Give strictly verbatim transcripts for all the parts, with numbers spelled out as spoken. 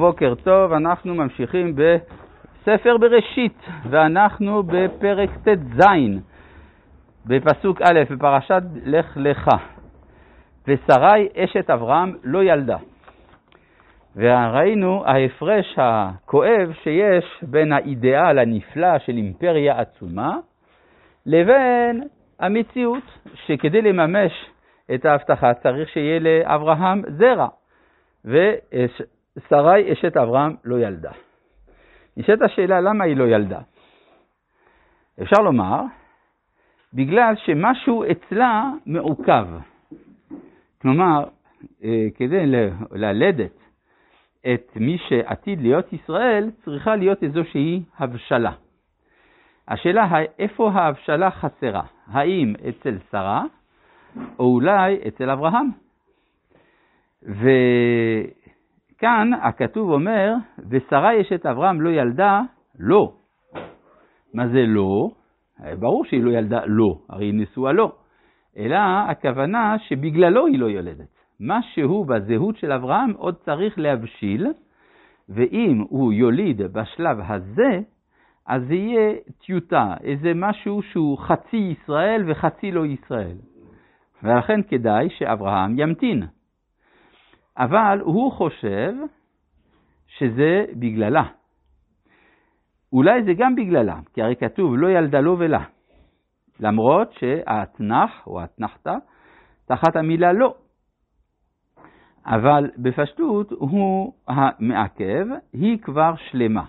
בוקר טוב, אנחנו ממשיכים בספר בראשית, ואנחנו בפרק ט"ז, בפסוק א', בפרשת לך לך. ושרי אשת אברהם לא ילדה. וראינו ההפרש הכואב שיש בין האידאל הנפלא של אימפריה עצומה, לבין המציאות שכדי לממש את ההבטחה צריך שיהיה לאברהם זרע. ושרי אשת אברהם לא ילדה. נשאלת השאלה למה היא לא ילדה. אפשר לומר, בגלל שמשהו אצלה מעוכב. כלומר, כדי ללדת את מי שעתיד להיות ישראל, צריכה להיות איזושהי הבשלה. השאלה, איפה ההבשלה חסרה? האם אצל שרה, או אולי אצל אברהם? וכאן הכתוב אומר, ושרה אשת אברהם לא ילדה, לא. מה זה לא? ברור שהיא לא ילדה לא, הרי היא נשואה לא. אלא הכוונה שבגללו היא לא יולדת. משהו בזהות של אברהם עוד צריך להבשיל, ואם הוא יוליד בשלב הזה, אז זה יהיה טיוטה, איזה משהו שהוא חצי ישראל וחצי לא ישראל. ולכן כדאי שאברהם ימתין. אבל הוא חושב שזה בגללה. אולי זה גם בגללה, כי הרי כתוב לא ילדה לו ולה. למרות שהתנח או התנחתה תחת המילה לא. אבל בפשטות הוא המעכב, היא כבר שלמה.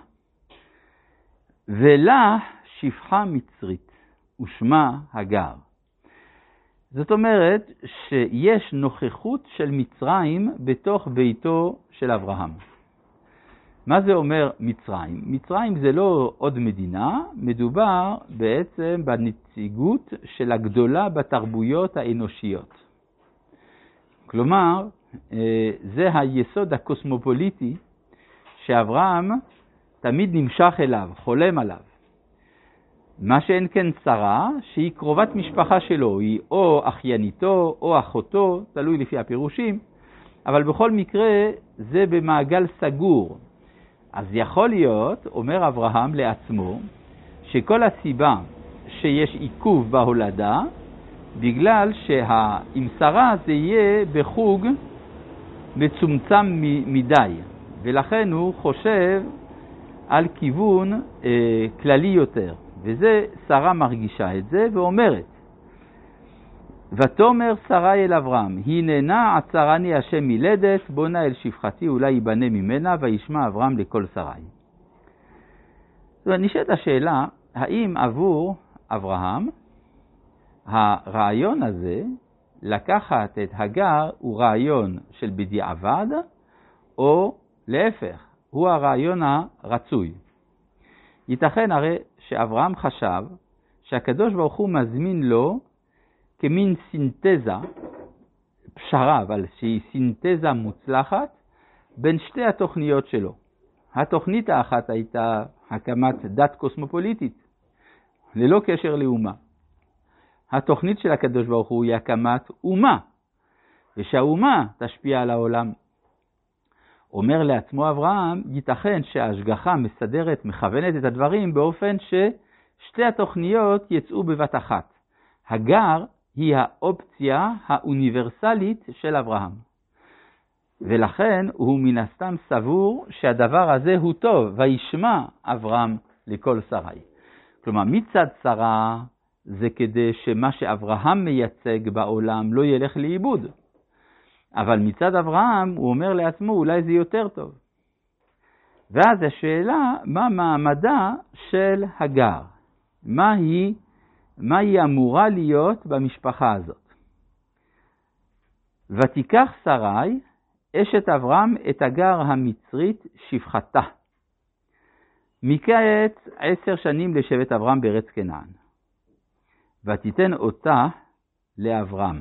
ולה שפחה מצרית ושמה הגר. זאת אומרת שיש נוכחות של מצרים בתוך ביתו של אברהם. מה זה אומר מצרים? מצרים זה לא עוד מדינה, מדובר בעצם בנציגות של הגדולה בתרבויות האנושיות. כלומר, זה היסוד הקוסמופוליטי שאברהם תמיד נמשך אליו, חולם עליו. מה שאין כן שרה, שהיא קרובת משפחה שלו, היא או אחייניתו או אחותו, תלוי לפי הפירושים, אבל בכל מקרה זה במעגל סגור. אז יכול להיות, אומר אברהם לעצמו, שכל הסיבה שיש עיכוב בהולדה, בגלל שעם שרה זה יהיה בחוג מצומצם מדי, ולכן הוא חושב על כיוון אה, כללי יותר. וזה שרה מרגישה את זה ואומרת, ותאמר שרה אל אברהם, הננה עצרני השם מלדת, בונה אל שפחתי, אולי ייבנה ממנה, וישמע אברהם לכל שרי. נשאלת השאלה, האם עבור אברהם הרעיון הזה לקחת את הגר הוא רעיון של בדיעבד, או להפך, הוא הרעיון הרצוי. ייתכן הרי שאברהם חשב שהקדוש ברוך הוא מזמין לו כמין סינתזה, פשרה, אבל שהיא סינתזה מוצלחת, בין שתי התוכניות שלו. התוכנית האחת הייתה הקמת דת קוסמופוליטית, ללא קשר לאומה. התוכנית של הקדוש ברוך הוא היא הקמת אומה, ושהאומה תשפיע על העולם. אומר לעצמו אברהם, ייתכן שההשגחה מסדרת, מכוונת את הדברים באופן ששתי התוכניות יצאו בבת אחת. הגר היא האופציה האוניברסלית של אברהם. ולכן הוא מן הסתם סבור שהדבר הזה הוא טוב, וישמע אברהם לכל שרי. כלומר, מצד שרה זה כדי שמה שאברהם מייצג בעולם לא ילך לאיבוד. אבל מצד אברהם הוא אומר לעצמו אולי זה יותר טוב. ואז השאלה, מה מעמדה של הגר? מה היא, מה היא אמורה להיות במשפחה הזאת? ותיקח שרי אשת אברהם את הגר המצרית שפחתה. מקץ עשר שנים לשבט אברהם בארץ כנען. ותיתן אותה לאברהם.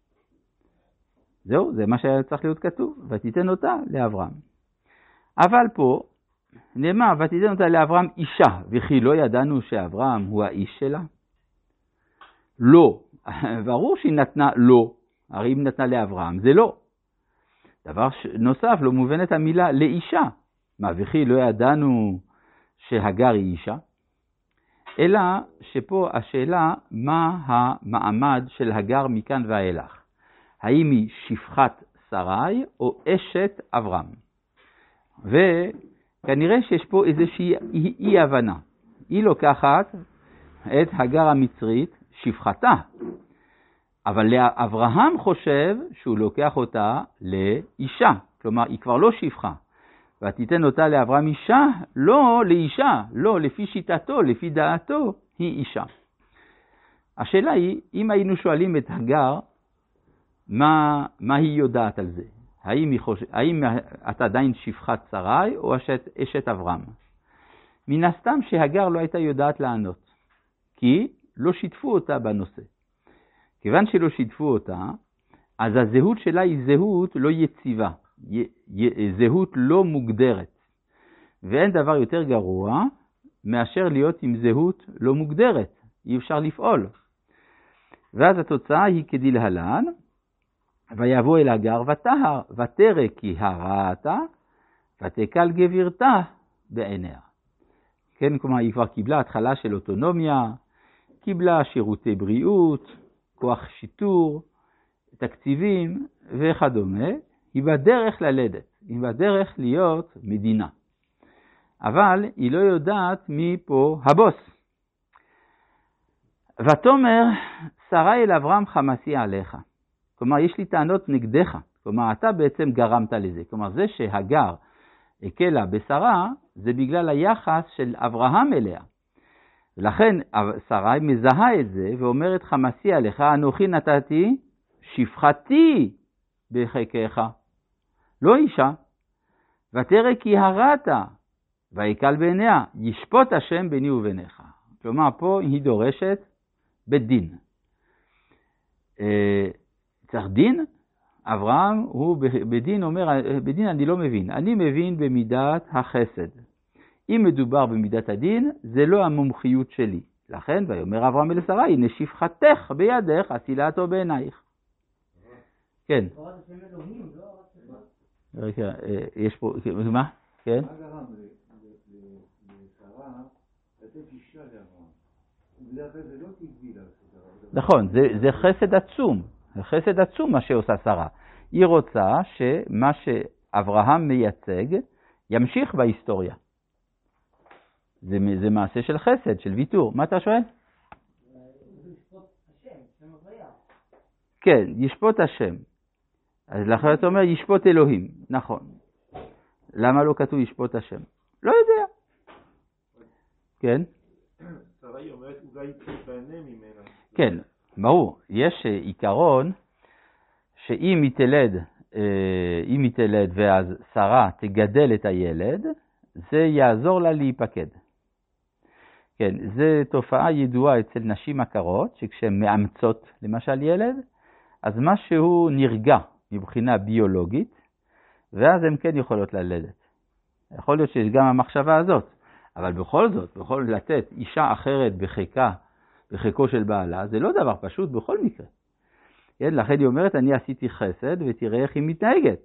זהו, זה מה שהיה צריך להיות כתוב, ותיתן אותה לאברהם. אבל פה נאמר, ותיתן אותה לאברהם אישה, וכי לא ידענו שאברהם הוא האיש שלה? לא, ברור שהיא נתנה לא, הרי אם נתנה לאברהם זה לא. דבר נוסף, לא מובנת המילה לאישה. מה, וכי לא ידענו שהגר היא אישה? אלא שפה השאלה מה המעמד של הגר מכאן ואילך. האם היא שפחת שרי או אשת אברהם? וכנראה שיש פה איזושהי אי, אי הבנה. היא לוקחת את הגר המצרית שפחתה, אבל אברהם חושב שהוא לוקח אותה לאישה, כלומר היא כבר לא שפחה, ותיתן אותה לאברהם אישה, לא לאישה, לא לפי שיטתו, לפי דעתו, היא אישה. השאלה היא, אם היינו שואלים את הגר, מה, מה היא יודעת על זה? האם, היא חושב, האם אתה עדיין שפחת שרי או אשת, אשת אברהם? מן הסתם שהגר לא הייתה יודעת לענות, כי לא שיתפו אותה בנושא. כיוון שלא שיתפו אותה, אז הזהות שלה היא זהות לא יציבה, זהות לא מוגדרת. ואין דבר יותר גרוע מאשר להיות עם זהות לא מוגדרת, אי אפשר לפעול. ואז התוצאה היא כדלהלן, ויבוא אל הגר ותהר, ותרא כי הרעתה, ותקל גבירתה בעיניה. כן, כלומר היא כבר קיבלה התחלה של אוטונומיה, קיבלה שירותי בריאות, כוח שיטור, תקציבים וכדומה, היא בדרך ללדת, היא בדרך להיות מדינה. אבל היא לא יודעת מי פה הבוס. ותאמר שרי אל אברהם חמסי עליך. כלומר, יש לי טענות נגדך. כלומר, אתה בעצם גרמת לזה. כלומר, זה שהגר הקלה בשרה, זה בגלל היחס של אברהם אליה. ולכן שרי מזהה את זה ואומרת חמסי עליך, אנוכי נתתי שפחתי בחיקך. לא אישה. ותרא כי הרעת, ויקל בעיניה, ישפוט השם ביני וביניך. כלומר, פה היא דורשת בדין. צריך דין? אברהם הוא בדין אומר, בדין אני לא מבין. אני מבין במידת החסד. אם מדובר במידת הדין, זה לא המומחיות שלי. לכן, ויאמר אברהם אל שרה, הנה שפחתך בידך, הצילתו בעינייך. כן. רגע, יש פה, מה? כן? מה גרם לשרה לתת אישה לאברהם? זה לא טבעי לעשות. נכון, זה חסד עצום. חסד עצום מה שעושה שרה. היא רוצה שמה שאברהם מייצג ימשיך בהיסטוריה. זה, זה מעשה של חסד, של ויתור. מה אתה שואל? ישפוט השם, שם הוויה. כן, ישפוט השם. אז לכן אתה אומר ישפוט אלוהים. נכון. למה לא כתוב ישפוט השם? לא יודע. כן? שרה היא אומרת אולי תיבנה ממנה. כן, ברור. יש עיקרון שאם היא תלד, אם היא תלד ואז שרה תגדל את הילד, זה יעזור לה להיפקד. כן, זה תופעה ידועה אצל נשים עקרות, שכשהן מאמצות למשל ילד, אז משהו נרגע מבחינה ביולוגית, ואז הן כן יכולות ללדת. יכול להיות שיש גם המחשבה הזאת, אבל בכל זאת, בכל לתת אישה אחרת בחיקה, בחיקו של בעלה, זה לא דבר פשוט בכל מקרה. כן, לכן היא אומרת, אני עשיתי חסד ותראה איך היא מתנהגת.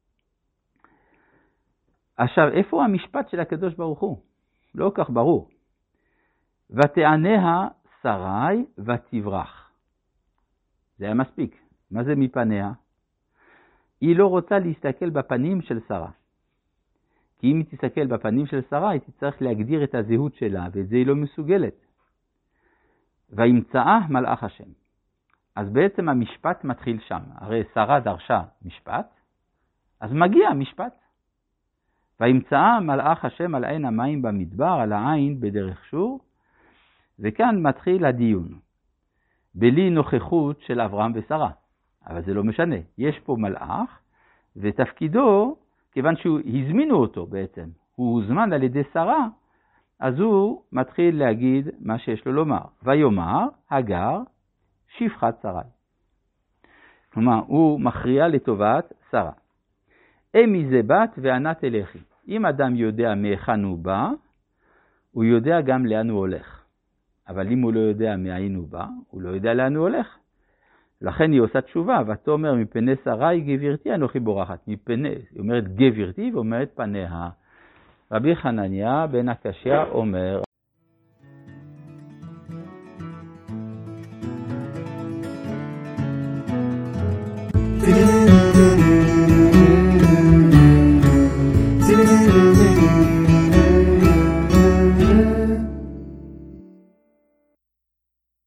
עכשיו, איפה המשפט של הקדוש ברוך הוא? לא כך ברור. ותעניה שרי ותברח. זה היה מספיק. מה זה מפניה? היא לא רוצה להסתכל בפנים של שרה. כי אם היא תסתכל בפנים של שרה, היא תצטרך להגדיר את הזהות שלה, ואת זה היא לא מסוגלת. וימצאה מלאך השם. אז בעצם המשפט מתחיל שם. הרי שרה דרשה משפט, אז מגיע משפט. וימצאה מלאך השם על עין המים במדבר, על העין בדרך שור, וכאן מתחיל הדיון. בלי נוכחות של אברהם ושרה. אבל זה לא משנה. יש פה מלאך, ותפקידו, כיוון שהוא הזמינו אותו בעצם, הוא הוזמן על ידי שרה, אז הוא מתחיל להגיד מה שיש לו לומר. ויאמר, הגר, שפחת שרי. כלומר, הוא מכריע לטובת שרה. אמי זה בת וענת אלכי. אם אדם יודע מהיכן הוא בא, הוא יודע גם לאן הוא הולך. אבל אם הוא לא יודע מאין הוא בא, הוא לא יודע לאן הוא הולך. לכן היא עושה תשובה, ותאמר מפני שרי גברתי אנוכי בורחת. מפני, היא אומרת גברתי ואומרת פניה. רבי חנניה בן הקשיא אומר,